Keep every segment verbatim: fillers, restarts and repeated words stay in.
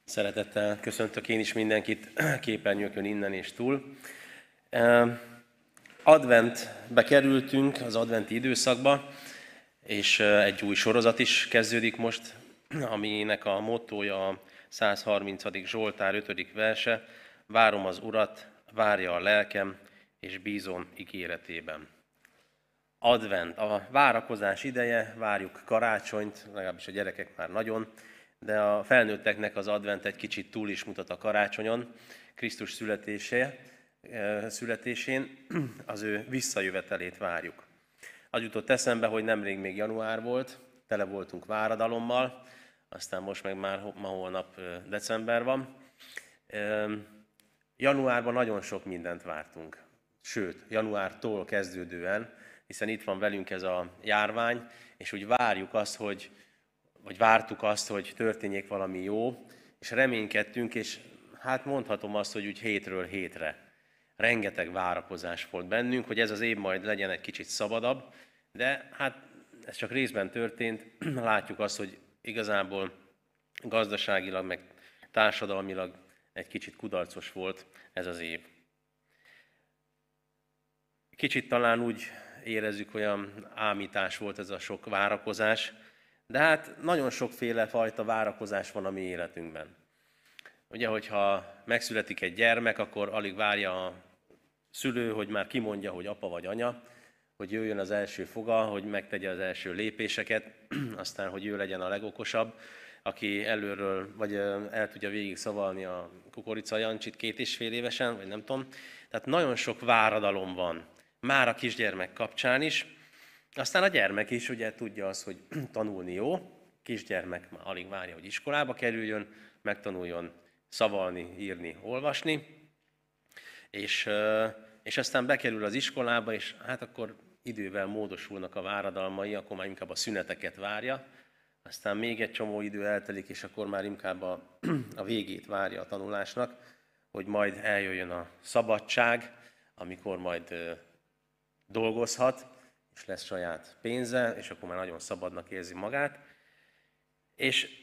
Szeretettel köszöntök én is mindenkit képernyőkön innen és túl. Adventbe kerültünk, az adventi időszakba, és egy új sorozat is kezdődik most, aminek a mottója a százharmincadik Zsoltár ötödik verse: várom az Urat, várja a lelkem, és bízom ígéretében. Advent, a várakozás ideje, várjuk karácsonyt, legalábbis a gyerekek már nagyon, de a felnőtteknek az advent egy kicsit túl is mutat a karácsonyon, Krisztus születése, születésén, az ő visszajövetelét várjuk. Az jutott eszembe, hogy nemrég még január volt, tele voltunk váradalommal, aztán most meg már ma holnap december van. Januárban nagyon sok mindent vártunk, sőt, januártól kezdődően, hiszen itt van velünk ez a járvány, és úgy várjuk azt, hogy vagy vártuk azt, hogy történjék valami jó, és reménykedtünk, és hát mondhatom azt, hogy úgy hétről hétre rengeteg várakozás volt bennünk, hogy ez az év majd legyen egy kicsit szabadabb, de hát ez csak részben történt. Látjuk azt, hogy igazából gazdaságilag, meg társadalmilag egy kicsit kudarcos volt ez az év. Kicsit talán úgy érezzük, olyan ámítás volt ez a sok várakozás, de hát nagyon sokféle fajta várakozás van a mi életünkben. Ugye, hogyha megszületik egy gyermek, akkor alig várja a szülő, hogy már kimondja, hogy apa vagy anya, hogy jöjjön az első foga, hogy megtegye az első lépéseket, aztán, hogy ő legyen a legokosabb, aki előről, vagy el tudja végig szavalni a kukorica Jancsit két és fél évesen, vagy nem tudom. Tehát nagyon sok váradalom van, már a kisgyermek kapcsán is. Aztán a gyermek is ugye tudja azt, hogy tanulni jó, kisgyermek már alig várja, hogy iskolába kerüljön, megtanuljon szavalni, írni, olvasni, és, és aztán bekerül az iskolába, és hát akkor idővel módosulnak a váradalmai, akkor már inkább a szüneteket várja, aztán még egy csomó idő eltelik, és akkor már inkább a, a végét várja a tanulásnak, hogy majd eljöjjön a szabadság, amikor majd dolgozhat, és lesz saját pénze, és akkor már nagyon szabadnak érzi magát. És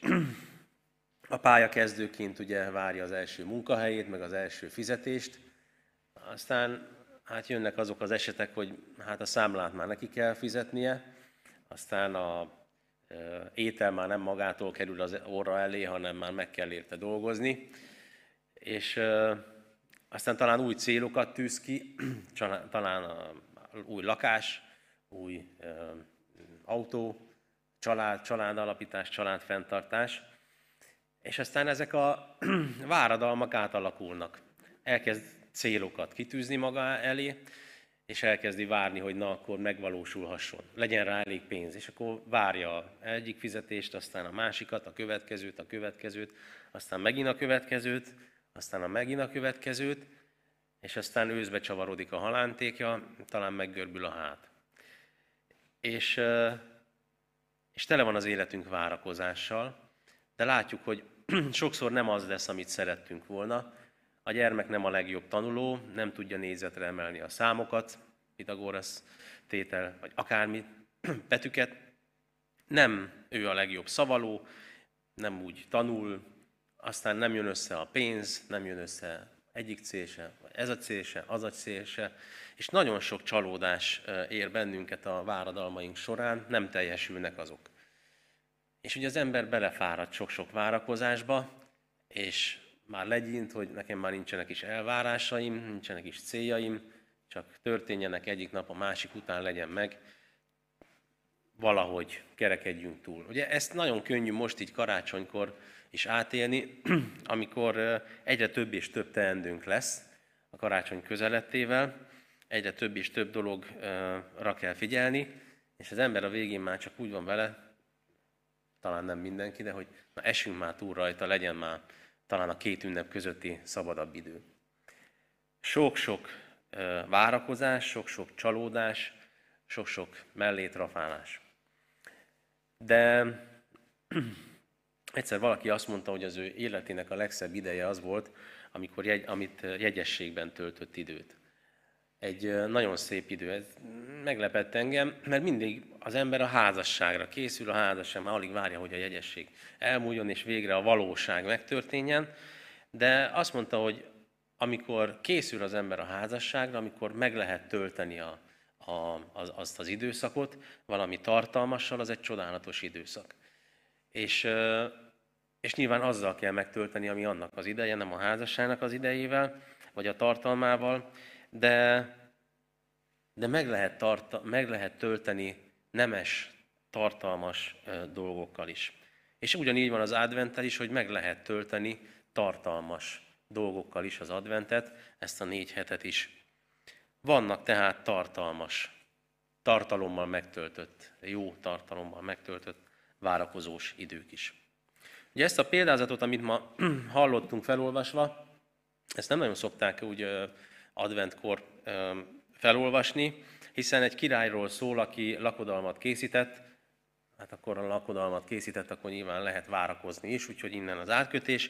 a pályakezdőként ugye várja az első munkahelyét, meg az első fizetést. Aztán hát jönnek azok az esetek, hogy hát a számlát már neki kell fizetnie, aztán a e, étel már nem magától kerül az orra elé, hanem már meg kell érte dolgozni. És e, aztán talán új célokat tűz ki, talán a új lakás, új e, autó, család, családalapítás, családfenntartás, és aztán ezek a váradalmak átalakulnak. Elkezd célokat kitűzni maga elé, és elkezdi várni, hogy na, akkor megvalósulhasson. Legyen rá elég pénz, és akkor várja egyik fizetést, aztán a másikat, a következőt, a következőt, aztán megint a következőt, aztán a megint a következőt, és aztán őszbe csavarodik a halántékja, talán meggörbül a hát. És, és tele van az életünk várakozással, de látjuk, hogy sokszor nem az lesz, amit szerettünk volna. A gyermek nem a legjobb tanuló, nem tudja négyzetre emelni a számokat, Pitagorasz tétel, vagy akármi betűket. Nem ő a legjobb szavaló, nem úgy tanul, aztán nem jön össze a pénz, nem jön össze egyik cél se, ez a cél se, az a cél se, és nagyon sok csalódás ér bennünket a váradalmaink során, nem teljesülnek azok. És ugye az ember belefárad sok-sok várakozásba, és már legyint, hogy nekem már nincsenek is elvárásaim, nincsenek is céljaim, csak történjenek egyik nap a másik után, legyen meg, valahogy kerekedjünk túl. Ugye ezt nagyon könnyű most így karácsonykor is átélni, amikor egyre több és több teendőnk lesz a karácsony közelettével, egyre több és több dologra kell figyelni, és az ember a végén már csak úgy van vele, talán nem mindenki, de hogy na esünk már túl rajta, legyen már talán a két ünnep közötti szabadabb idő. Sok-sok várakozás, sok-sok csalódás, sok-sok mellétrafálás. De egyszer valaki azt mondta, hogy az ő életének a legszebb ideje az volt, amikor jegy, amit jegyességben töltött időt. egy nagyon szép idő. Ez meglepett engem, mert mindig az ember a házasságra készül, a házasság már alig várja, hogy a jegyesség elmúljon, és végre a valóság megtörténjen. De azt mondta, hogy amikor készül az ember a házasságra, amikor meg lehet tölteni a, a, az, azt az időszakot valami tartalmassal, az egy csodálatos időszak. És, és nyilván azzal kell megtölteni, ami annak az ideje, nem a házasságnak az idejével, vagy a tartalmával, de, de meg, lehet tarta, meg lehet tölteni nemes, tartalmas dolgokkal is. És ugyanígy van az adventtel is, hogy meg lehet tölteni tartalmas dolgokkal is az adventet, ezt a négy hetet is. Vannak tehát tartalmas, tartalommal megtöltött, jó tartalommal megtöltött várakozós idők is. Ugye ezt a példázatot, amit ma hallottunk felolvasva, ezt nem nagyon szokták úgy adventkor felolvasni, hiszen egy királyról szól, aki lakodalmat készített, hát akkor a lakodalmat készített, akkor nyilván lehet várakozni is, úgyhogy innen az átkötés.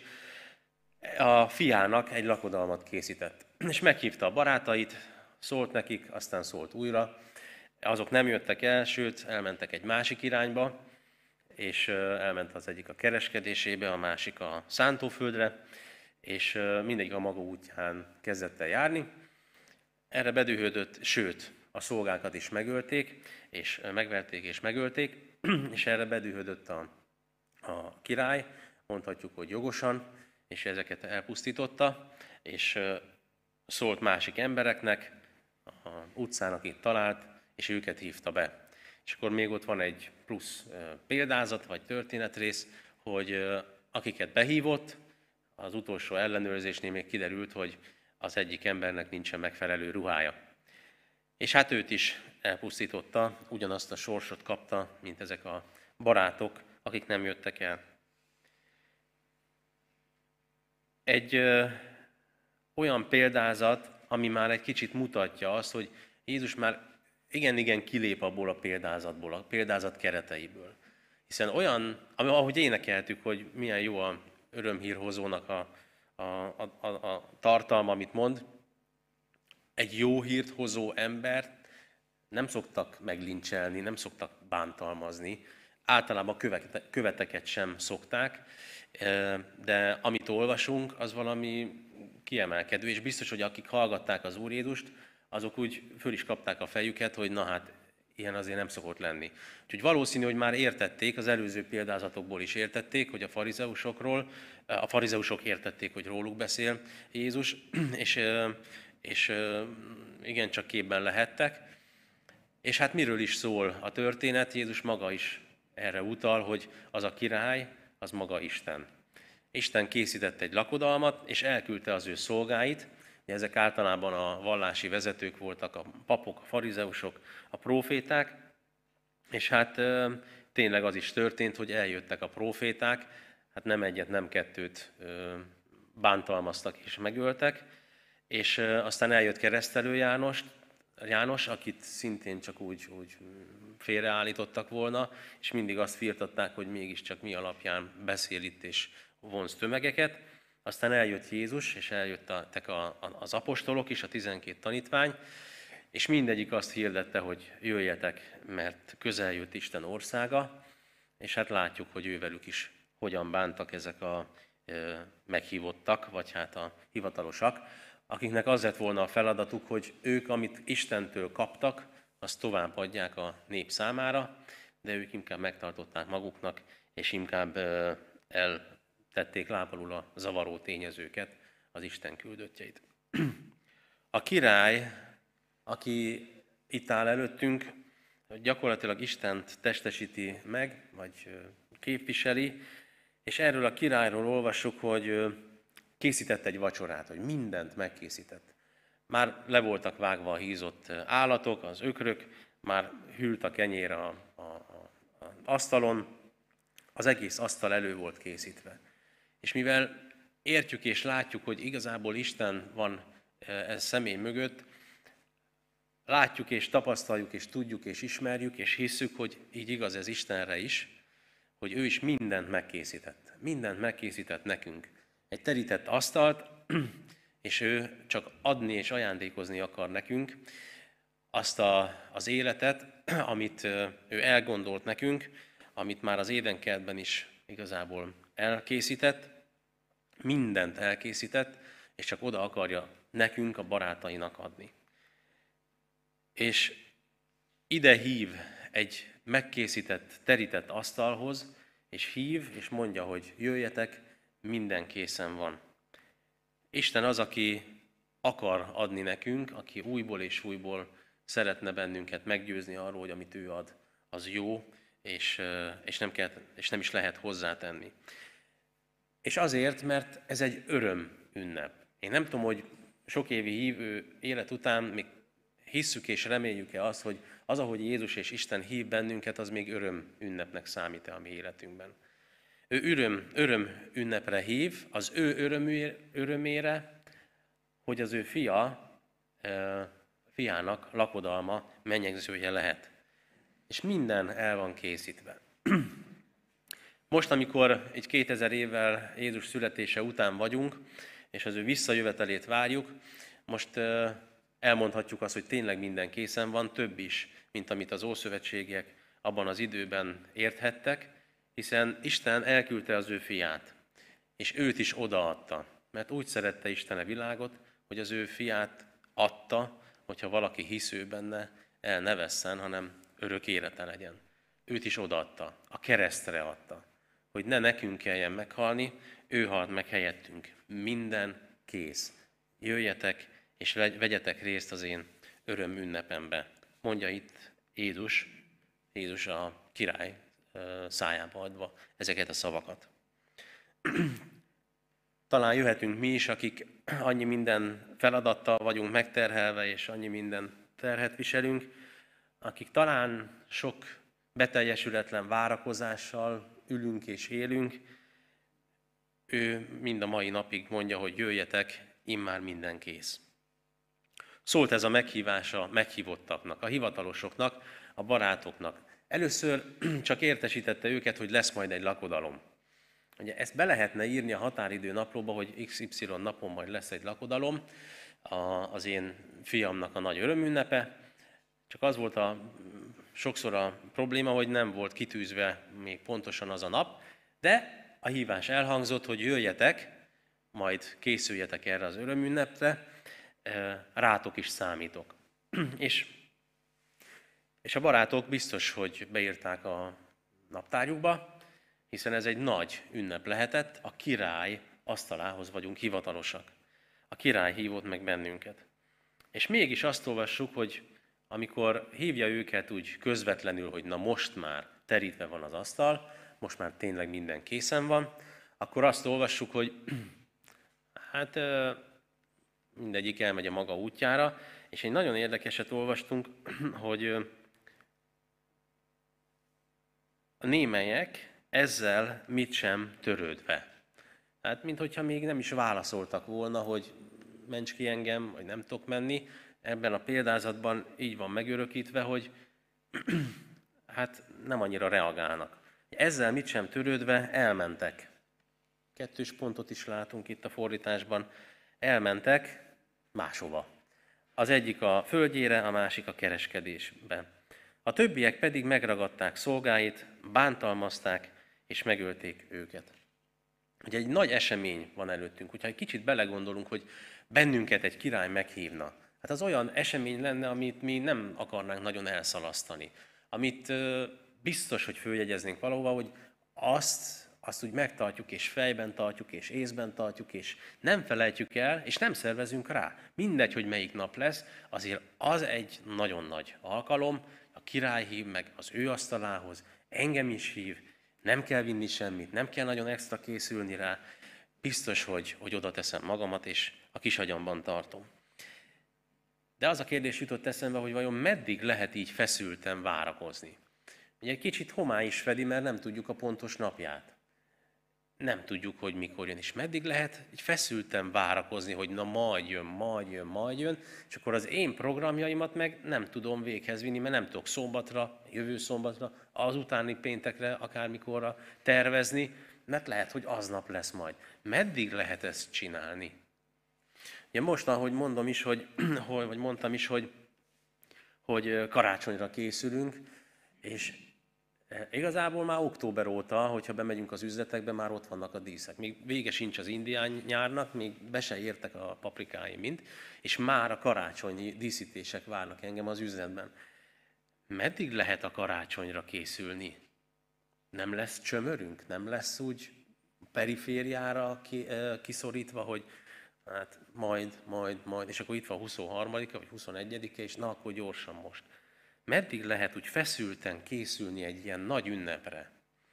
A fiának egy lakodalmat készített, és meghívta a barátait, szólt nekik, aztán szólt újra. Azok nem jöttek el, sőt, elmentek egy másik irányba, és elment az egyik a kereskedésébe, a másik a szántóföldre, és mindegyik a maga útján kezdett el járni. Erre bedühödött, sőt, a szolgákat is megölték, és megverték és megölték, és erre bedühödött a, a király, mondhatjuk, hogy jogosan, és ezeket elpusztította, és szólt másik embereknek, a utcán, akit talált, és őket hívta be. És akkor még ott van egy plusz példázat, vagy történetrész, hogy akiket behívott, az utolsó ellenőrzésnél még kiderült, hogy az egyik embernek nincsen megfelelő ruhája. És hát őt is elpusztította, ugyanazt a sorsot kapta, mint ezek a barátok, akik nem jöttek el. Egy ö, olyan példázat, ami már egy kicsit mutatja azt, hogy Jézus már igen-igen kilép abból a példázatból, a példázat kereteiből. Hiszen olyan, ahogy énekeltük, hogy milyen jó a örömhírhozónak a, a, a, a, a tartalma, amit mond, egy jó hírt hozó embert nem szoktak meglincselni, nem szoktak bántalmazni, általában a követeket sem szokták, de amit olvasunk, az valami kiemelkedő, és biztos, hogy akik hallgatták az Úr Jézust, azok úgy föl is kapták a fejüket, hogy na hát, ilyen azért nem szokott lenni. Úgyhogy valószínű, hogy már értették, az előző példázatokból is értették, hogy a farizeusokról, a farizeusok értették, hogy róluk beszél Jézus, és, és igen, csak képben lehettek. És hát miről is szól a történet? Jézus maga is erre utal, hogy az a király, az maga Isten. Isten készített egy lakodalmat, és elküldte az ő szolgáit. Ezek általában a vallási vezetők voltak, a papok, a farizeusok, a próféták. És hát tényleg az is történt, hogy eljöttek a próféták, hát nem egyet, nem kettőt bántalmaztak és megöltek. És aztán eljött Keresztelő János, János, akit szintén csak úgy, úgy félreállítottak volna, és mindig azt firtatták, hogy mégiscsak mi alapján beszél itt és vonz tömegeket. Aztán eljött Jézus, és eljöttek az apostolok is, a tizenkét tanítvány, és mindegyik azt hirdette, hogy jöjjetek, mert közel jött Isten országa, és hát látjuk, hogy ővelük is hogyan bántak ezek a meghívottak, vagy hát a hivatalosak, akiknek az lett volna a feladatuk, hogy ők, amit Istentől kaptak, azt továbbadják a nép számára, de ők inkább megtartották maguknak, és inkább eltették lábalul a zavaró tényezőket, az Isten küldöttjeit. A király, aki itt áll előttünk, gyakorlatilag Istent testesíti meg, vagy képviseli, és erről a királyról olvassuk, hogy készített egy vacsorát, hogy mindent megkészített. Már le voltak vágva a hízott állatok, az ökrök, már hűlt a kenyér a, a, a, a asztalon, az egész asztal elő volt készítve. És mivel értjük és látjuk, hogy igazából Isten van ez személy mögött, látjuk és tapasztaljuk és tudjuk és ismerjük és hisszük, hogy így igaz ez Istenre is, hogy ő is mindent megkészített. Mindent megkészített nekünk. Egy terített asztalt, és ő csak adni és ajándékozni akar nekünk azt a, az életet, amit ő elgondolt nekünk, amit már az édenkertben is igazából elkészített, mindent elkészített, és csak oda akarja nekünk, a barátainak adni. És ide hív egy megkészített, terített asztalhoz, és hív, és mondja, hogy jöjjetek, minden készen van. Isten az, aki akar adni nekünk, aki újból és újból szeretne bennünket meggyőzni arról, hogy amit ő ad, az jó, és, és, nem, kell, és nem is lehet hozzátenni. És azért, mert ez egy öröm ünnep. Én nem tudom, hogy sok évi hívő élet után még hisszük és reméljük-e azt, hogy az, ahogy Jézus és Isten hív bennünket, az még öröm ünnepnek számít-e a mi életünkben. Ő öröm, öröm ünnepre hív, az ő örömére, örömére, hogy az ő fia, fiának lakodalma, mennyegzője lehet. És minden el van készítve. Most, amikor egy kétezer évvel Jézus születése után vagyunk, és az ő visszajövetelét várjuk, most elmondhatjuk azt, hogy tényleg minden készen van, több is, mint amit az ószövetségiek abban az időben érthettek, hiszen Isten elküldte az ő fiát, és őt is odaadta, mert úgy szerette Isten a világot, hogy az ő fiát adta, hogyha valaki hisz ő benne, el ne vesszen, hanem örök élete legyen. Őt is odaadta, a keresztre adta, hogy ne nekünk kelljen meghalni, ő halt meg helyettünk. Minden kész. Jöjjetek, és vegyetek részt az én öröm ünnepembe. Mondja itt Jézus, Jézus a király szájába adva ezeket a szavakat. Talán jöhetünk mi is, akik annyi minden feladattal vagyunk megterhelve, és annyi minden terhet viselünk, akik talán sok beteljesületlen várakozással ülünk és élünk, ő mind a mai napig mondja, hogy jöjjetek, immár minden kész. Szólt ez a meghívás a meghívottaknak, a hivatalosoknak, a barátoknak. Először csak értesítette őket, hogy lesz majd egy lakodalom. Ugye ezt be lehetne írni a határidő naplóba, hogy iksz ipszilon napon majd lesz egy lakodalom, az én fiamnak a nagy örömünnepe. Csak az volt a, sokszor a probléma, hogy nem volt kitűzve még pontosan az a nap, de a hívás elhangzott, hogy jöjjetek, majd készüljetek erre az örömünnepre, rátok is számítok. és, és a barátok biztos, hogy beírták a naptárjukba, hiszen ez egy nagy ünnep lehetett, a király asztalához vagyunk hivatalosak. A király hívott meg bennünket. És mégis azt olvassuk, hogy amikor hívja őket úgy közvetlenül, hogy na most már terítve van az asztal, most már tényleg minden készen van, akkor azt olvassuk, hogy hát mindegyik elmegy a maga útjára, és egy nagyon érdekeset olvastunk, hogy a némelyek ezzel mit sem törődve. Hát, minthogyha még nem is válaszoltak volna, hogy ments ki engem, vagy nem tudok menni. Ebben a példázatban így van megörökítve, hogy hát nem annyira reagálnak. Ezzel mit sem törődve elmentek. Kettős pontot is látunk itt a fordításban. Elmentek máshova. Az egyik a földjére, a másik a kereskedésbe. A többiek pedig megragadták szolgáit, bántalmazták és megölték őket. Ugye egy nagy esemény van előttünk, hogyha egy kicsit belegondolunk, hogy bennünket egy király meghívna. Hát az olyan esemény lenne, amit mi nem akarnánk nagyon elszalasztani. Amit biztos, hogy följegyeznénk valahova, hogy azt, azt úgy megtartjuk, és fejben tartjuk, és észben tartjuk, és nem felejtjük el, és nem szervezünk rá. Mindegy, hogy melyik nap lesz, azért az egy nagyon nagy alkalom, a király hív meg az ő asztalához, engem is hív, nem kell vinni semmit, nem kell nagyon extra készülni rá, biztos, hogy, hogy oda teszem magamat, és a kis agyamban tartom. De az a kérdés jutott eszembe, hogy vajon meddig lehet így feszülten várakozni. Ugye egy kicsit homály is fedi, mert nem tudjuk a pontos napját. Nem tudjuk, hogy mikor jön, és meddig lehet így feszülten várakozni, hogy na majd jön, majd jön, majd jön, és akkor az én programjaimat meg nem tudom véghez vinni, mert nem tudok szombatra, jövő szombatra, az utáni péntekre, akármikorra tervezni, mert lehet, hogy aznap lesz majd. Meddig lehet ezt csinálni? Ugye most, ahogy mondom is, hogy, vagy mondtam is, hogy, hogy karácsonyra készülünk, és igazából már október óta, hogyha bemegyünk az üzletekbe, már ott vannak a díszek. Még vége sincs az indián nyárnak, még be se értek a paprikáim mind, és már a karácsonyi díszítések várnak engem az üzletben. Meddig lehet a karácsonyra készülni? Nem lesz csömörünk? Nem lesz úgy perifériára kiszorítva, hogy hát majd, majd, majd, és akkor itt van huszonharmadika vagy huszonegyedike, és na akkor gyorsan most. Meddig lehet úgy feszülten készülni egy ilyen nagy ünnepre?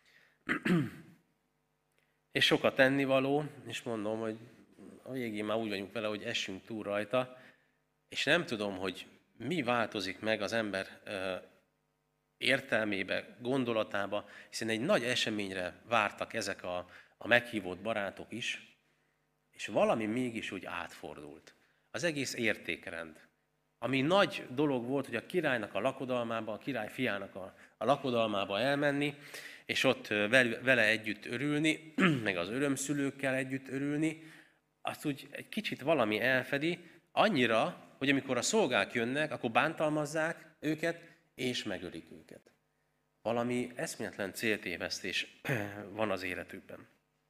És sokat tennivaló, és mondom, hogy a végén már úgy vagyunk vele, hogy essünk túl rajta, és nem tudom, hogy mi változik meg az ember értelmébe, gondolatába, hiszen egy nagy eseményre vártak ezek a, a meghívott barátok is, és valami mégis úgy átfordult. Az egész értékrend. Ami nagy dolog volt, hogy a királynak a lakodalmába, a király fiának a, a lakodalmába elmenni, és ott vele együtt örülni, meg az örömszülőkkel együtt örülni, azt úgy egy kicsit valami elfedi, annyira, hogy amikor a szolgák jönnek, akkor bántalmazzák őket, és megölik őket. Valami eszméletlen céltévesztés van az életükben.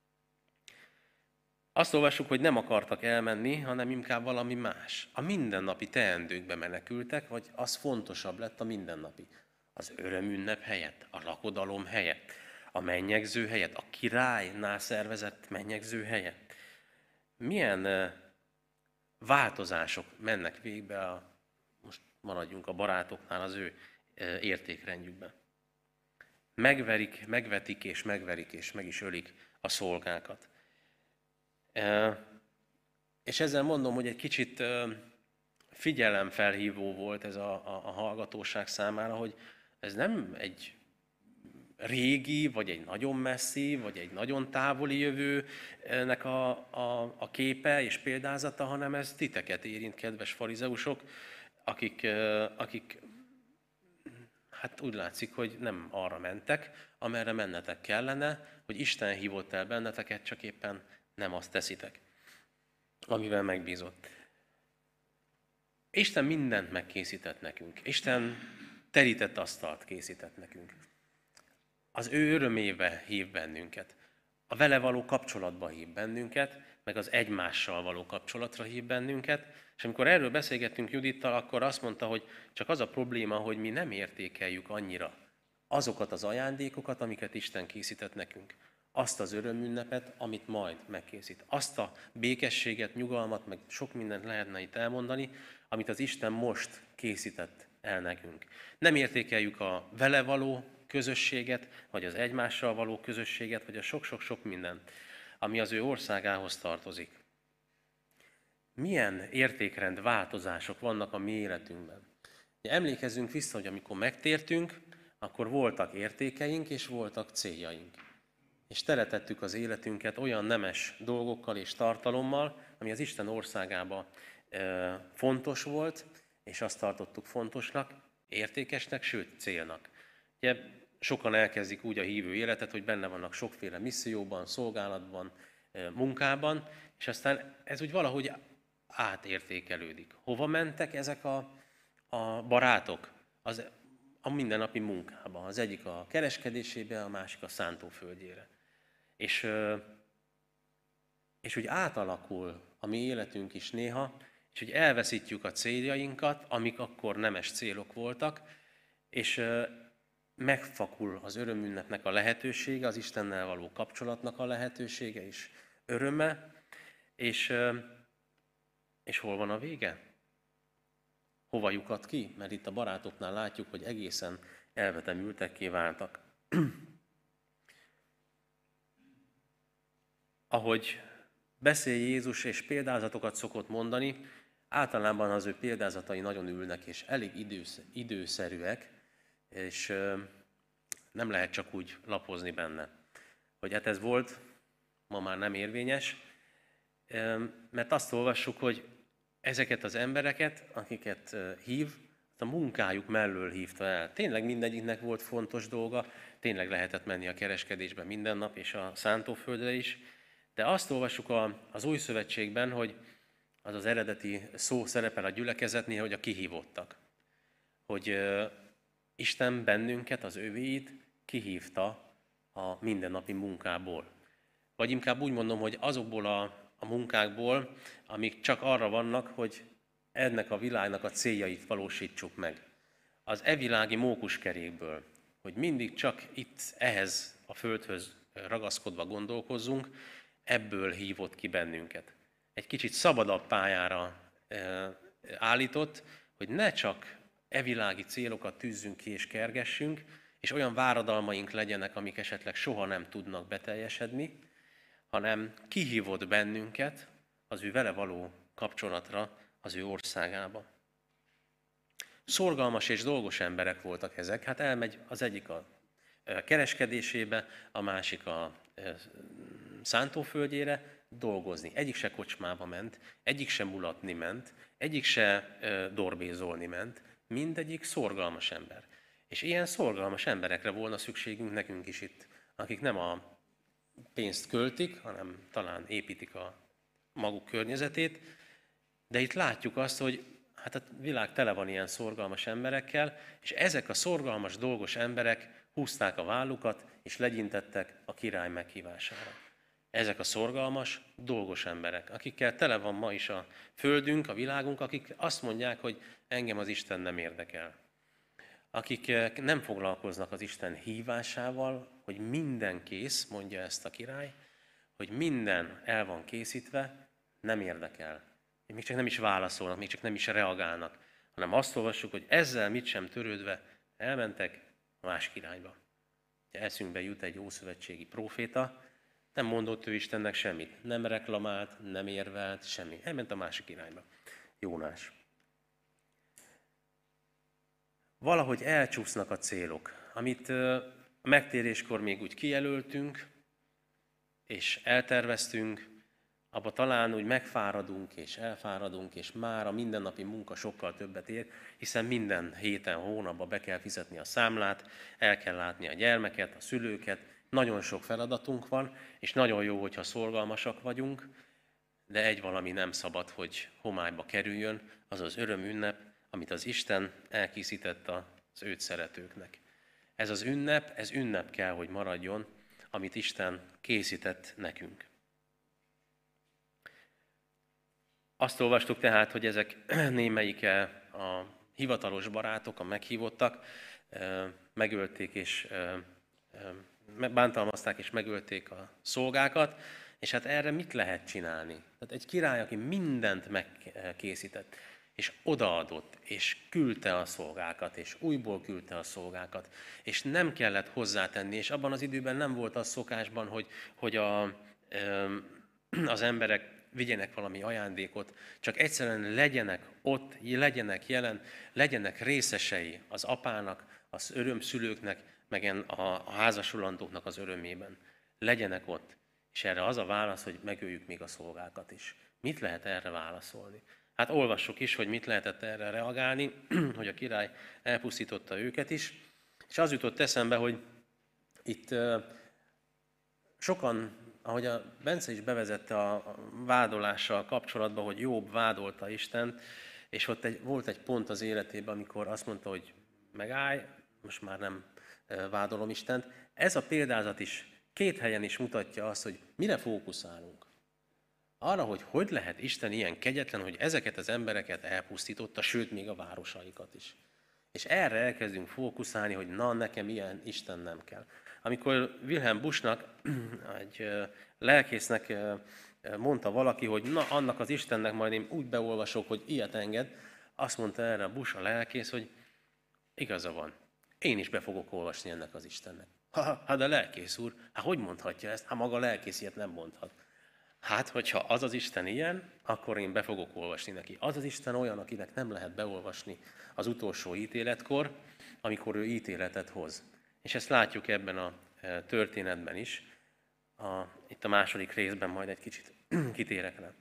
Azt olvassuk, hogy nem akartak elmenni, hanem inkább valami más. A mindennapi teendőkbe menekültek, vagy az fontosabb lett a mindennapi. Az örömünnep helyett, a lakodalom helyett, a mennyegző helyett, a királynál szervezett mennyegző helyett. Milyen változások mennek végbe, a, most maradjunk a barátoknál, az ő értékrendjükben. Megverik, megvetik és megverik és meg is ölik a szolgákat. És ezzel mondom, hogy egy kicsit figyelemfelhívó volt ez a, a, a hallgatóság számára, hogy ez nem egy régi, vagy egy nagyon messzi, vagy egy nagyon távoli jövőnek a, a, a képe és példázata, hanem ez titeket érint, kedves farizeusok, akik, akik hát úgy látszik, hogy nem arra mentek, amerre mennetek kellene, hogy Isten hívott el benneteket, csak éppen nem azt teszitek, amivel megbízott. Isten mindent megkészített nekünk. Isten terített asztalt készített nekünk. Az ő örömébe hív bennünket. A vele való kapcsolatba hív bennünket, meg az egymással való kapcsolatra hív bennünket. És amikor erről beszélgettünk Judittal, akkor azt mondta, hogy csak az a probléma, hogy mi nem értékeljük annyira azokat az ajándékokat, amiket Isten készített nekünk. Azt az örömünnepet, amit majd megkészít. Azt a békességet, nyugalmat, meg sok mindent lehetne itt elmondani, amit az Isten most készített el nekünk. Nem értékeljük a vele való közösséget, vagy az egymással való közösséget, vagy a sok-sok-sok mindent, ami az ő országához tartozik. Milyen értékrend változások vannak a mi életünkben? Emlékezzünk vissza, hogy amikor megtértünk, akkor voltak értékeink és voltak céljaink. És teletettük az életünket olyan nemes dolgokkal és tartalommal, ami az Isten országába fontos volt, és azt tartottuk fontosnak, értékesnek, sőt célnak. Ugye sokan elkezdik úgy a hívő életet, hogy benne vannak sokféle misszióban, szolgálatban, munkában, és aztán ez úgy valahogy átértékelődik. Hova mentek ezek a, a barátok? Az, a mindennapi munkába. Az egyik a kereskedésébe, a másik a szántóföldjére. És, és úgy átalakul a mi életünk is néha, és hogy elveszítjük a céljainkat, amik akkor nemes célok voltak, és megfakul az örömünnepnek a lehetősége, az Istennel való kapcsolatnak a lehetősége és öröme, és, és hol van a vége? Hova lyukad ki? Mert itt a barátoknál látjuk, hogy egészen elvetemültekké váltak. Ahogy beszél Jézus és példázatokat szokott mondani, általában az ő példázatai nagyon ülnek és elég idősz, időszerűek, és nem lehet csak úgy lapozni benne. Hogy hát ez volt, ma már nem érvényes, mert azt olvassuk, hogy ezeket az embereket, akiket hív, a munkájuk mellől hívta el. Tényleg mindegyiknek volt fontos dolga, tényleg lehetett menni a kereskedésbe minden nap, és a szántóföldre is, de azt olvassuk az Új Szövetségben, hogy az az eredeti szó szerepel a gyülekezetnél, hogy a kihívottak. Hogy Isten bennünket, az övéit kihívta a mindennapi munkából. Vagy inkább úgy mondom, hogy azokból a, a munkákból, amik csak arra vannak, hogy ennek a világnak a céljait valósítsuk meg. Az evilági mókuskerékből, hogy mindig csak itt ehhez a földhöz ragaszkodva gondolkozzunk, ebből hívott ki bennünket. Egy kicsit szabadabb pályára állított, hogy ne csak evilági célokat tűzzünk ki és kergessünk, és olyan váradalmaink legyenek, amik esetleg soha nem tudnak beteljesedni, hanem kihívott bennünket az ő vele való kapcsolatra, az ő országába. Szorgalmas és dolgos emberek voltak ezek, hát elmegy az egyik a kereskedésébe, a másik a szántóföldjére dolgozni. Egyik se kocsmába ment, egyik se mulatni ment, egyik se dorbézolni ment, mindegyik szorgalmas ember. És ilyen szorgalmas emberekre volna szükségünk nekünk is itt, akik nem a pénzt költik, hanem talán építik a maguk környezetét, de itt látjuk azt, hogy hát a világ tele van ilyen szorgalmas emberekkel, és ezek a szorgalmas, dolgos emberek húzták a vállukat, és legyintettek a király meghívására. Ezek a szorgalmas, dolgos emberek, akikkel tele van ma is a földünk, a világunk, akik azt mondják, hogy engem az Isten nem érdekel. Akik nem foglalkoznak az Isten hívásával, hogy minden kész, mondja ezt a király, hogy minden el van készítve, nem érdekel. Még csak nem is válaszolnak, még csak nem is reagálnak, hanem azt olvassuk, hogy ezzel mit sem törődve elmentek a másik irányba. Eszünkbe jut egy ószövetségi próféta, nem mondott ő Istennek semmit, nem reklamált, nem érvelt, semmi. Elment a másik irányba. Jónás. Valahogy elcsúsznak a célok, amit a megtéréskor még úgy kijelöltünk, és elterveztünk, abba talán úgy megfáradunk és elfáradunk, és már a mindennapi munka sokkal többet ér, hiszen minden héten, hónapban be kell fizetni a számlát, el kell látni a gyermeket, a szülőket, nagyon sok feladatunk van, és nagyon jó, hogyha szorgalmasak vagyunk, de egy valami nem szabad, hogy homályba kerüljön, az az örömünnep, amit az Isten elkészített az őt szeretőknek. Ez az ünnep, ez ünnep kell, hogy maradjon, amit Isten készített nekünk. Azt olvastuk tehát, hogy ezek némelyike a hivatalos barátok, a meghívottak, megölték és bántalmazták és megölték a szolgákat, és hát erre mit lehet csinálni? Tehát egy király, aki mindent megkészített, és odaadott, és küldte a szolgákat, és újból küldte a szolgákat, és nem kellett hozzátenni, és abban az időben nem volt az szokásban, hogy, hogy a, az emberek vigyenek valami ajándékot, csak egyszerűen legyenek ott, legyenek jelen, legyenek részesei az apának, az örömszülőknek, meg a házasulandóknak az örömében. Legyenek ott. És erre az a válasz, hogy megöljük még a szolgákat is. Mit lehet erre válaszolni? Hát olvassuk is, hogy mit lehetett erre reagálni, hogy a király elpusztította őket is. És az jutott eszembe, hogy itt sokan, ahogy a Bence is bevezette a vádolással kapcsolatban, hogy Jobb vádolta Istent, és ott egy, volt egy pont az életében, amikor azt mondta, hogy megállj, most már nem vádolom Istent. Ez a példázat is két helyen is mutatja azt, hogy mire fókuszálunk. Arra, hogy hogy lehet Isten ilyen kegyetlen, hogy ezeket az embereket elpusztította, sőt, még a városaikat is. És erre elkezdünk fókuszálni, hogy na, nekem ilyen Isten nem kell. Amikor Wilhelm Buschnak, egy lelkésznek mondta valaki, hogy na, annak az Istennek majd én úgy beolvasok, hogy ilyet enged, azt mondta erre a Busch, a lelkész, hogy igaza van. Én is be fogok olvasni ennek az Istennek. Ha, hát a lelkész úr, hát hogy mondhatja ezt? Hát maga a lelkész ilyet nem mondhat. Hát, hogyha az az Isten ilyen, akkor én be fogok olvasni neki. Az az Isten olyan, akinek nem lehet beolvasni az utolsó ítéletkor, amikor ő ítéletet hoz. És ezt látjuk ebben a történetben is. A, itt a második részben majd egy kicsit kitérek rá.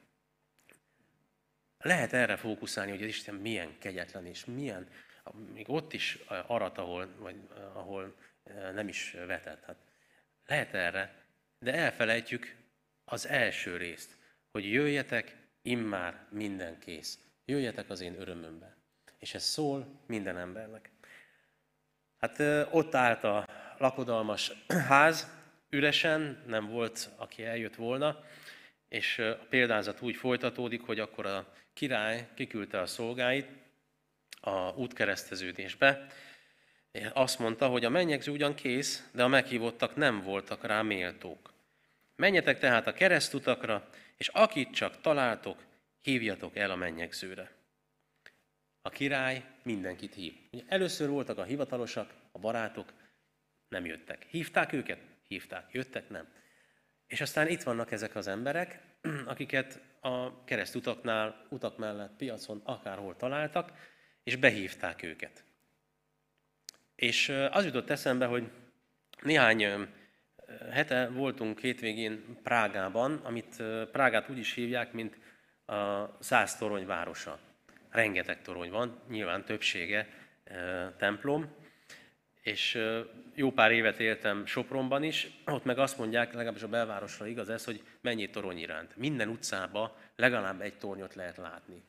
Lehet erre fókuszálni, hogy az Isten milyen kegyetlen és milyen, még ott is arat, ahol, vagy, ahol nem is vetett. Hát lehet erre, de elfelejtjük az első részt, hogy jöjjetek, immár minden kész. Jöjjetek az én örömömbe. És ez szól minden embernek. Hát ott állt a lakodalmas ház, üresen, nem volt, aki eljött volna, és a példázat úgy folytatódik, hogy akkor a király kiküldte a szolgáit a útkereszteződésbe. Azt mondta, hogy a mennyegző ugyan kész, de a meghívottak nem voltak rá méltók. Menjetek tehát a keresztutakra, és akit csak találtok, hívjatok el a mennyegzőre. A király mindenkit hív. Ugye először voltak a hivatalosak, a barátok, nem jöttek. Hívták őket? Hívták. Jöttek? Nem. És aztán itt vannak ezek az emberek, akiket a keresztutaknál, utak mellett, piacon, akárhol találtak, és behívták őket. És az jutott eszembe, hogy néhány hete voltunk hétvégén Prágában, amit Prágát úgy is hívják, mint a száz torony városa. Rengeteg torony van, nyilván többsége templom, és jó pár évet éltem Sopronban is, ott meg azt mondják, legalábbis a belvárosra igaz ez, hogy mennyi torony iránt. Minden utcába legalább egy tornyot lehet látni.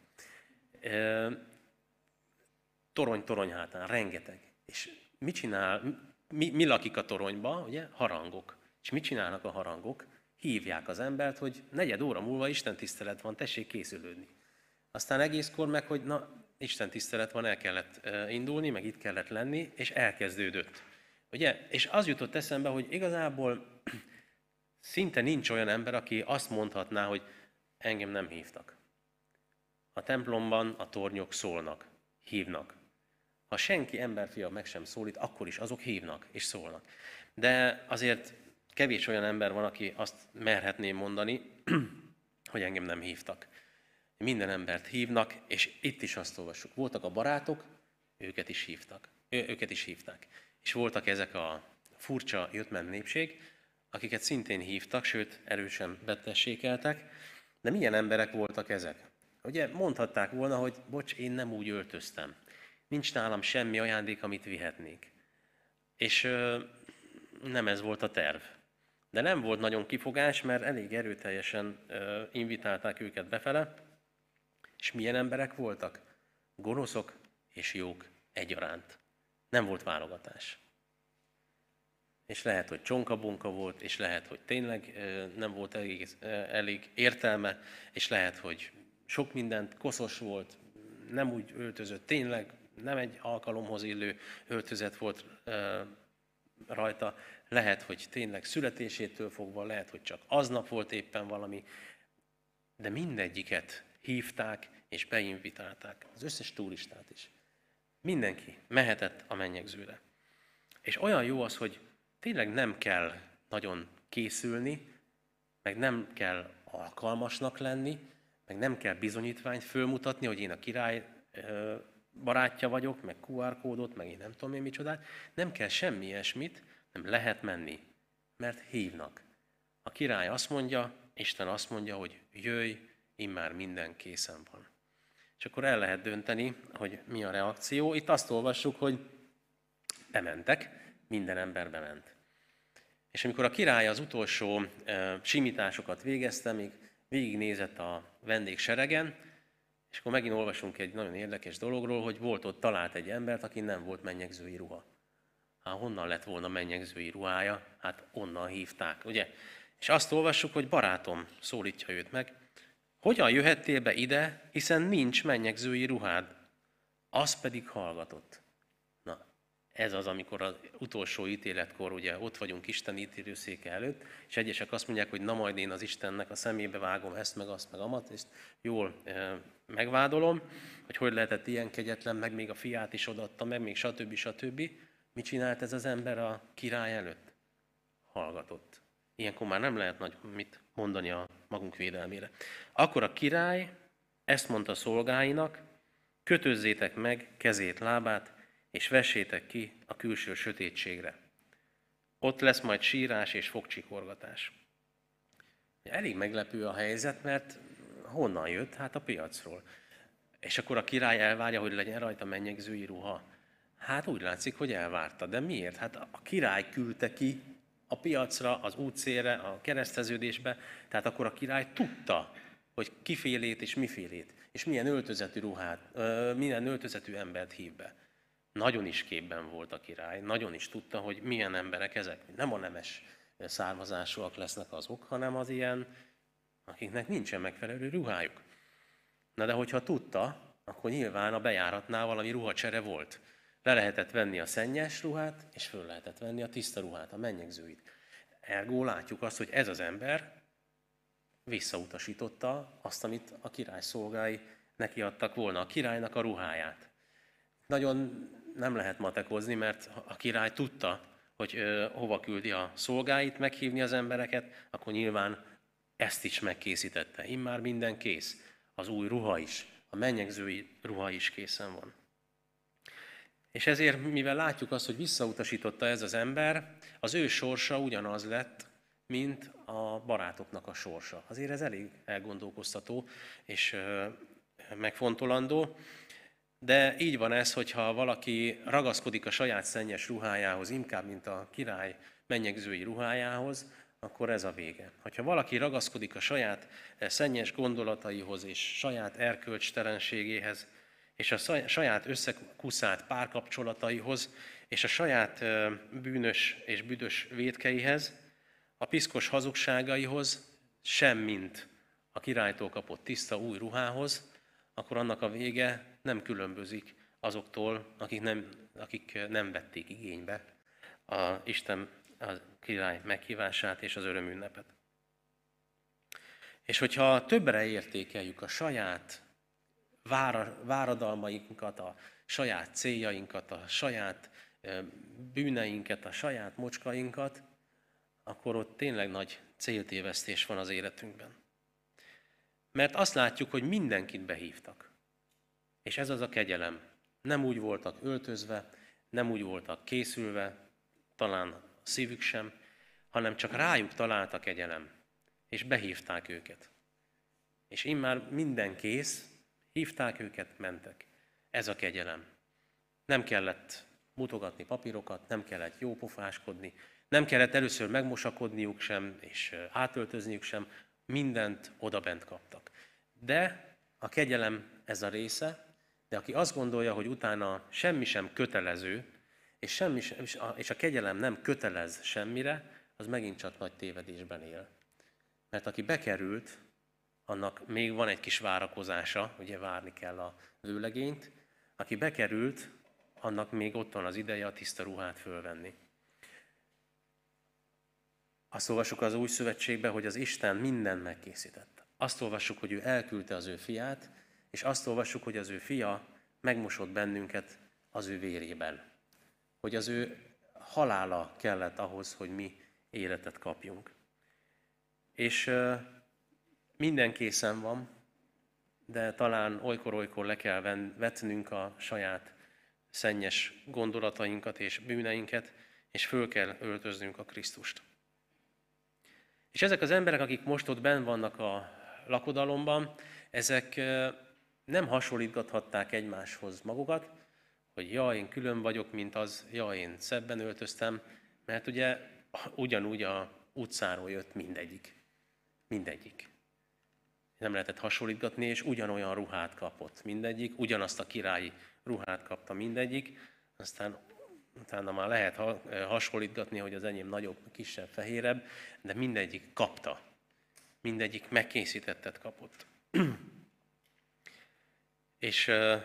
Torony-torony hátán, rengeteg. És mit csinál, mi, mi lakik a toronyba, ugye? Harangok. És mit csinálnak a harangok? Hívják az embert, hogy negyed óra múlva istentisztelet van, tessék készülődni. Aztán egészkor meg, hogy na, istentisztelet van, el kellett indulni, meg itt kellett lenni, és elkezdődött. Ugye? És az jutott eszembe, hogy igazából szinte nincs olyan ember, aki azt mondhatná, hogy engem nem hívtak. A templomban a tornyok szólnak, hívnak. Ha senki emberfia meg sem szólít, akkor is azok hívnak és szólnak. De azért kevés olyan ember van, aki azt merhetné mondani, hogy engem nem hívtak. Minden embert hívnak, és itt is azt olvassuk. Voltak a barátok, őket is hívtak. Ő, őket is hívták. És voltak ezek a furcsa jött-ment népség, akiket szintén hívtak, sőt erősen betessékeltek. De milyen emberek voltak ezek? Ugye mondhatták volna, hogy bocs, én nem úgy öltöztem. Nincs nálam semmi ajándék, amit vihetnék. És ö, nem ez volt a terv. De nem volt nagyon kifogás, mert elég erőteljesen ö, invitálták őket befele. És milyen emberek voltak? Gonoszok és jók egyaránt. Nem volt válogatás. És lehet, hogy csonkabonka volt, és lehet, hogy tényleg ö, nem volt elég, ö, elég értelme, és lehet, hogy sok mindent koszos volt, nem úgy öltözött, tényleg nem egy alkalomhoz illő öltözet volt ö, rajta, lehet, hogy tényleg születésétől fogva, lehet, hogy csak aznap volt éppen valami, de mindegyiket hívták és beinvitálták, az összes turistát is. Mindenki mehetett a mennyegzőre. És olyan jó az, hogy tényleg nem kell nagyon készülni, meg nem kell alkalmasnak lenni, meg nem kell bizonyítványt fölmutatni, hogy én a király ö, barátja vagyok, meg kú er kódot, meg én nem tudom én micsodát. Nem kell semmi ilyesmit, nem lehet menni, mert hívnak. A király azt mondja, Isten azt mondja, hogy jöjj, immár minden készen van. És akkor el lehet dönteni, hogy mi a reakció. Itt azt olvassuk, hogy bementek, minden ember bement. És amikor a király az utolsó e, simításokat végezte, még végignézett a vendégseregen, és akkor megint olvasunk egy nagyon érdekes dologról, hogy volt ott, talált egy embert, aki nem volt mennyegzői ruha. Hát honnan lett volna mennyegzői ruhája? Hát onnan hívták, ugye? És azt olvassuk, hogy barátom, szólítja őt meg, hogyan jöhettél be ide, hiszen nincs mennyegzői ruhád? Az pedig hallgatott. Na, ez az, amikor az utolsó ítéletkor, ugye ott vagyunk Isten ítélőszéke előtt, és egyesek azt mondják, hogy na majd én az Istennek a szemébe vágom ezt, meg azt, meg amat, és jól e, megvádolom, hogy hogy lehetett ilyen kegyetlen, meg még a fiát is odaadta, meg még stb. stb. Mit csinált ez az ember a király előtt? Hallgatott. Ilyenkor már nem lehet nagy mit mondani a magunk védelmére. Akkor a király ezt mondta a szolgáinak, kötözzétek meg kezét, lábát, és vessétek ki a külső sötétségre. Ott lesz majd sírás és fogcsikorgatás. Elég meglepő a helyzet, mert honnan jött? Hát a piacról. És akkor a király elvárja, hogy legyen rajta mennyegzői ruha. Hát úgy látszik, hogy elvárta. De miért? Hát a király küldte ki a piacra, az útszélre, a kereszteződésbe, tehát akkor a király tudta, hogy kifélét és mifélét, és milyen öltözetű ruhát, milyen öltözetű embert hív be. Nagyon is képben volt a király, nagyon is tudta, hogy milyen emberek ezek. Nem a nemes származásúak lesznek azok, hanem az ilyen, akiknek nincsen megfelelő ruhájuk. Na de hogyha tudta, akkor nyilván a bejáratnál valami ruhacsere volt. Le lehetett venni a szennyes ruhát, és föl lehetett venni a tiszta ruhát, a mennyegzőit. Ergo látjuk azt, hogy ez az ember visszautasította azt, amit a király szolgái neki adtak volna, a királynak a ruháját. Nagyon nem lehet matekozni, mert a király tudta, hogy ö, hova küldi a szolgáit meghívni az embereket, akkor nyilván ezt is megkészítette. Immár minden kész, az új ruha is, a mennyegzői ruha is készen van. És ezért, mivel látjuk azt, hogy visszautasította ez az ember, az ő sorsa ugyanaz lett, mint a barátoknak a sorsa. Azért ez elég elgondolkoztató és ö, megfontolandó. De így van ez, hogyha valaki ragaszkodik a saját szennyes ruhájához, inkább, mint a király mennyegzői ruhájához, akkor ez a vége. Ha valaki ragaszkodik a saját szennyes gondolataihoz és saját erkölcstelenségéhez, és a saját összekuszált párkapcsolataihoz, és a saját bűnös és büdös vétkeihez, a piszkos hazugságaihoz, semmint a királytól kapott tiszta új ruhához, akkor annak a vége nem különbözik azoktól, akik nem, akik nem vették igénybe a Isten, a király meghívását és az örömünnepet. És hogyha többre értékeljük a saját váradalmainkat, a saját céljainkat, a saját bűneinket, a saját mocskainkat, akkor ott tényleg nagy céltévesztés van az életünkben. Mert azt látjuk, hogy mindenkit behívtak. És ez az a kegyelem. Nem úgy voltak öltözve, nem úgy voltak készülve, talán a szívük sem, hanem csak rájuk talált a kegyelem. És behívták őket. És immár minden kész, hívták őket, mentek. Ez a kegyelem. Nem kellett mutogatni papírokat, nem kellett jópofáskodni, nem kellett először megmosakodniuk sem, és átöltözniük sem, mindent odabent kaptak. De a kegyelem ez a része, de aki azt gondolja, hogy utána semmi sem kötelező, és, semmi sem, és a kegyelem nem kötelez semmire, az megint csak nagy tévedésben él. Mert aki bekerült, annak még van egy kis várakozása, ugye várni kell a vőlegényt, aki bekerült, annak még ott van az ideje a tiszta ruhát fölvenni. Azt olvassuk az Új Szövetségben, hogy az Isten mindent megkészített. Azt olvassuk, hogy ő elküldte az ő fiát, és azt olvassuk, hogy az ő fia megmosott bennünket az ő vérében. Hogy az ő halála kellett ahhoz, hogy mi életet kapjunk. És minden készen van, de talán olykor-olykor le kell vetnünk a saját szennyes gondolatainkat és bűneinket, és föl kell öltöznünk a Krisztust. És ezek az emberek, akik most ott benn vannak a lakodalomban, ezek nem hasonlítgathatták egymáshoz magukat, hogy ja, én külön vagyok, mint az, ja, én szebben öltöztem, mert ugye ugyanúgy a utcáról jött mindegyik. Mindegyik. Nem lehetett hasonlítgatni, és ugyanolyan ruhát kapott mindegyik, ugyanazt a királyi ruhát kapta mindegyik, aztán utána már lehet hasonlítgatni, hogy az enyém nagyobb, kisebb, fehérebb, de mindegyik kapta. Mindegyik megkészítettet kapott. És ö,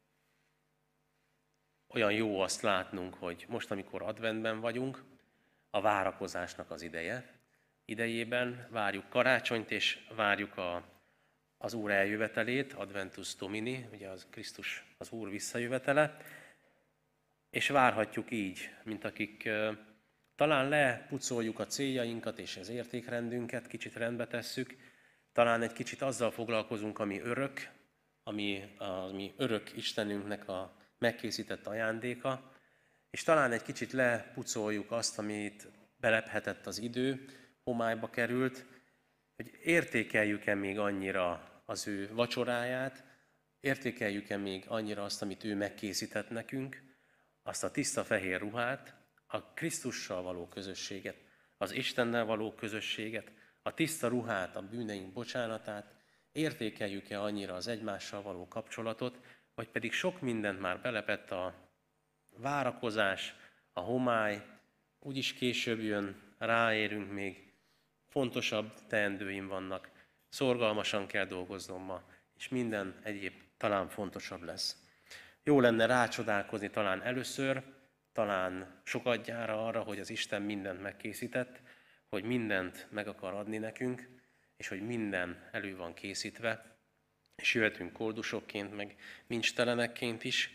olyan jó azt látnunk, hogy most, amikor adventben vagyunk, a várakozásnak az ideje. Idejében várjuk karácsonyt, és várjuk a, az Úr eljövetelét, Adventus Domini, ugye az Krisztus, az Úr visszajövetele, és várhatjuk így, mint akik ö, talán lepucoljuk a céljainkat és az értékrendünket, kicsit rendbe tesszük, talán egy kicsit azzal foglalkozunk, ami örök, ami a mi örök Istenünknek a megkészített ajándéka, és talán egy kicsit lepucoljuk azt, amit belephetett az idő, homályba került, hogy értékeljük-e még annyira az ő vacsoráját, értékeljük-e még annyira azt, amit ő megkészített nekünk, azt a tiszta fehér ruhát, a Krisztussal való közösséget, az Istennel való közösséget, a tiszta ruhát, a bűneink bocsánatát, értékeljük-e annyira az egymással való kapcsolatot, vagy pedig sok mindent már belepett a várakozás, a homály, úgyis később jön, ráérünk még, fontosabb teendőim vannak, szorgalmasan kell dolgoznom ma, és minden egyéb talán fontosabb lesz. Jó lenne rácsodálkozni talán először, talán sokadjára arra, hogy az Isten mindent megkészített, hogy mindent meg akar adni nekünk, és hogy minden elő van készítve, és jöhetünk koldusokként, meg nincstelenekként is,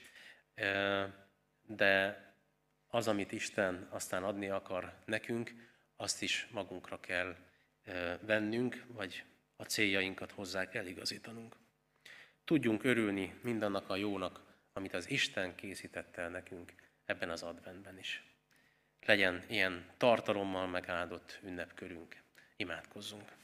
de az, amit Isten aztán adni akar nekünk, azt is magunkra kell vennünk, vagy a céljainkat hozzá kell igazítanunk. Tudjunk örülni mindannak a jónak, amit az Isten készített el nekünk ebben az adventben is. Legyen ilyen tartalommal megáldott ünnepkörünk. Imádkozzunk!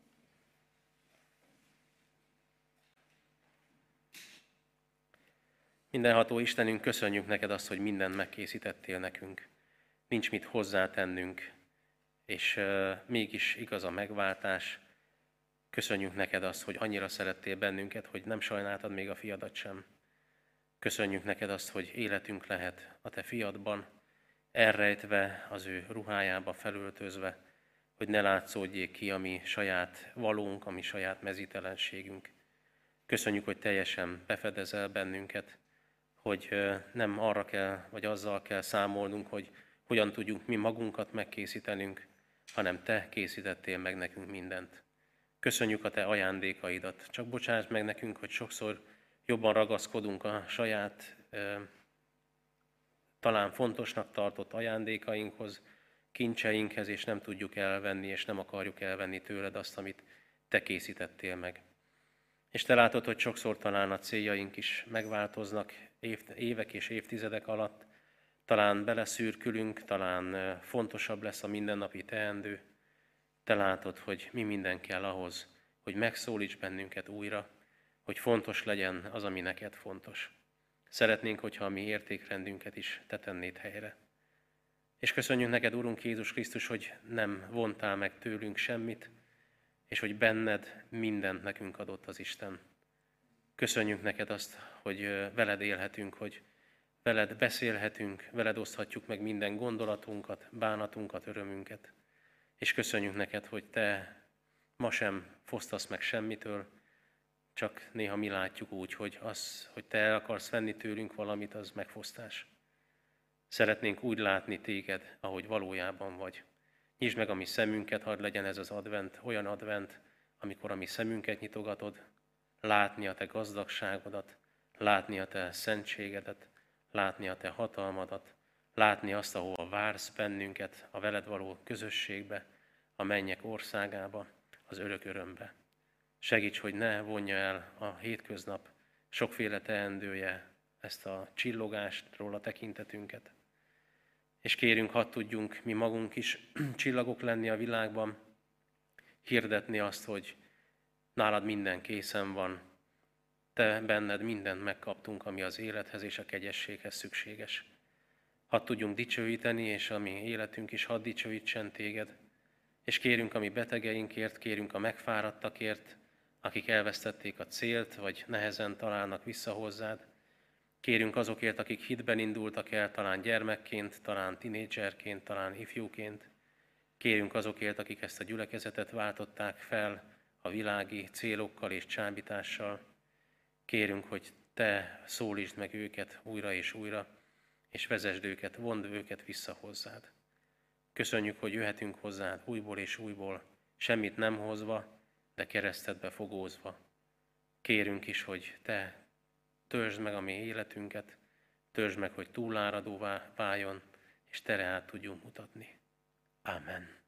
Mindenható Istenünk, köszönjük neked azt, hogy mindent megkészítettél nekünk. Nincs mit hozzátennünk, és uh, mégis igaz a megváltás. Köszönjük neked azt, hogy annyira szerettél bennünket, hogy nem sajnáltad még a fiadat sem. Köszönjük neked azt, hogy életünk lehet a te fiadban, elrejtve az ő ruhájába felöltözve, hogy ne látszódjék ki a mi saját valónk, a mi saját mezítelenségünk. Köszönjük, hogy teljesen befedezel bennünket, hogy nem arra kell, vagy azzal kell számolnunk, hogy hogyan tudjuk mi magunkat megkészítenünk, hanem te készítettél meg nekünk mindent. Köszönjük a te ajándékaidat. Csak bocsáss meg nekünk, hogy sokszor jobban ragaszkodunk a saját, talán fontosnak tartott ajándékainkhoz, kincseinkhez, és nem tudjuk elvenni, és nem akarjuk elvenni tőled azt, amit te készítettél meg. És te látod, hogy sokszor talán a céljaink is megváltoznak évek és évtizedek alatt, talán beleszürkülünk, talán fontosabb lesz a mindennapi teendő. Te látod, hogy mi minden kell ahhoz, hogy megszólíts bennünket újra, hogy fontos legyen az, ami neked fontos. Szeretnénk, hogyha a mi értékrendünket is te tennéd helyre. És köszönjük neked, Urunk Jézus Krisztus, hogy nem vontál meg tőlünk semmit, és hogy benned mindent nekünk adott az Isten. Köszönjük neked azt, hogy veled élhetünk, hogy veled beszélhetünk, veled oszthatjuk meg minden gondolatunkat, bánatunkat, örömünket. És köszönjük neked, hogy te ma sem fosztasz meg semmitől, csak néha mi látjuk úgy, hogy az, hogy te el akarsz venni tőlünk valamit, az megfosztás. Szeretnénk úgy látni téged, ahogy valójában vagy. Nyisd meg a mi szemünket, hadd legyen ez az advent, olyan advent, amikor a mi szemünket nyitogatod, látni a te gazdagságodat, látni a te szentségedet, látni a te hatalmadat, látni azt, ahol vársz bennünket, a veled való közösségbe, a mennyek országába, az örök örömbe. Segíts, hogy ne vonja el a hétköznap sokféle teendője ezt a csillogástról a tekintetünket. És kérünk, hadd tudjunk mi magunk is csillagok lenni a világban, hirdetni azt, hogy nálad minden készen van, te benned mindent megkaptunk, ami az élethez és a kegyességhez szükséges. Hadd tudjunk dicsőíteni, és a mi életünk is hadd dicsőítsen téged. És kérünk a mi betegeinkért, kérünk a megfáradtakért, akik elvesztették a célt, vagy nehezen találnak vissza hozzád. Kérünk azokért, akik hitben indultak el, talán gyermekként, talán tinédzserként, talán ifjúként. Kérünk azokért, akik ezt a gyülekezetet váltották fel a világi célokkal és csábítással. Kérünk, hogy te szólítsd meg őket újra és újra, és vezesd őket, vondd őket vissza hozzád. Köszönjük, hogy jöhetünk hozzád újból és újból, semmit nem hozva, de keresztedbe fogózva. Kérünk is, hogy te törzsd meg a mi életünket, törzsd meg, hogy túláradóvá váljon, és tere át tudjunk mutatni. Amen.